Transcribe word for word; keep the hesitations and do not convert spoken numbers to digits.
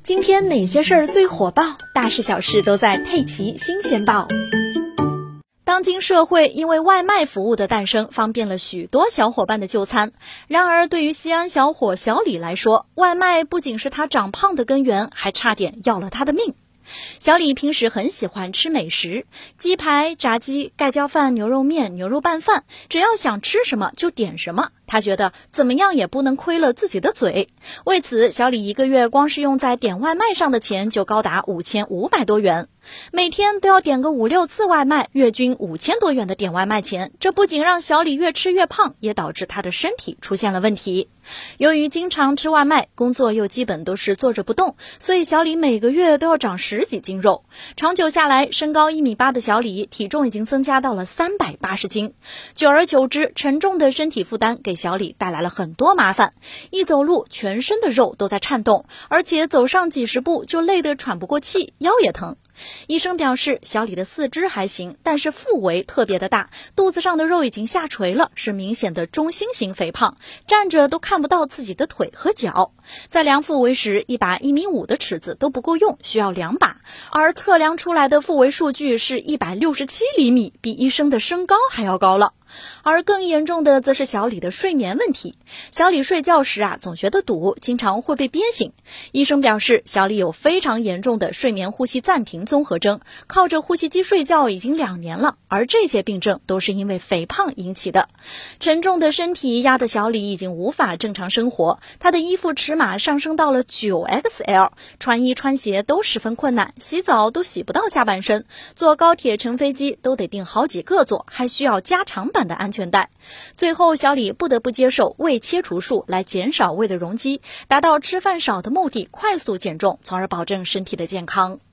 今天哪些事儿最火爆？大事小事都在佩奇新鲜报。当今社会因为外卖服务的诞生，方便了许多小伙伴的就餐。然而对于西安小伙小李来说，外卖不仅是他长胖的根源，还差点要了他的命。小李平时很喜欢吃美食，鸡排、炸鸡、盖浇饭、牛肉面、牛肉拌饭，只要想吃什么就点什么。他觉得怎么样也不能亏了自己的嘴。为此，小李一个月光是用在点外卖上的钱就高达五千五百多元，每天都要点个五六次外卖，月均五千多元的点外卖钱。这不仅让小李越吃越胖，也导致他的身体出现了问题。由于经常吃外卖，工作又基本都是坐着不动，所以小李每个月都要长十几斤肉。长久下来，身高一米八的小李体重已经增加到了三百八十斤。久而久之，沉重的身体负担给小李带来了很多麻烦，一走路全身的肉都在颤动，而且走上几十步就累得喘不过气，腰也疼。医生表示，小李的四肢还行，但是腹围特别的大，肚子上的肉已经下垂了，是明显的中心型肥胖，站着都看不到自己的腿和脚。在量腹围时，一把一米五的尺子都不够用，需要两把，而测量出来的腹围数据是一百六十七厘米，比医生的身高还要高了。而更严重的则是小李的睡眠问题。小李睡觉时啊，总觉得堵，经常会被憋醒。医生表示，小李有非常严重的睡眠呼吸暂停综合征，靠着呼吸机睡觉已经两年了，而这些病症都是因为肥胖引起的。沉重的身体压得小李已经无法正常生活，他的衣服尺码上升到了 九 X L， 穿衣穿鞋都十分困难，洗澡都洗不到下半身，坐高铁乘飞机都得订好几个座，还需要加长版的安全带。最后小李不得不接受胃切除术来减少胃的容积，达到吃饭少的目的，快速减重，从而保证身体的健康。